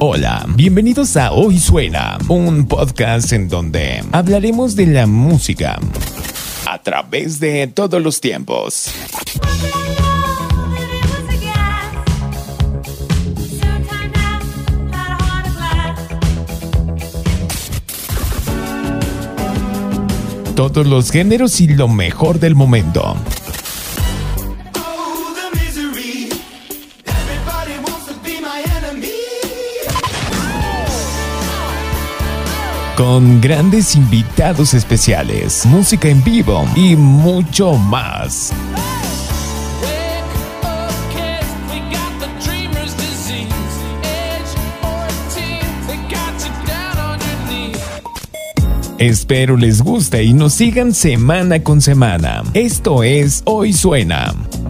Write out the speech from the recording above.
Hola, bienvenidos a Hoy Suena, un podcast en donde hablaremos de la música a través de todos los tiempos. Todos los géneros y lo mejor del momento. Con grandes invitados especiales, música en vivo y mucho más. Espero les guste y nos sigan semana con semana. Esto es Hoy Suena.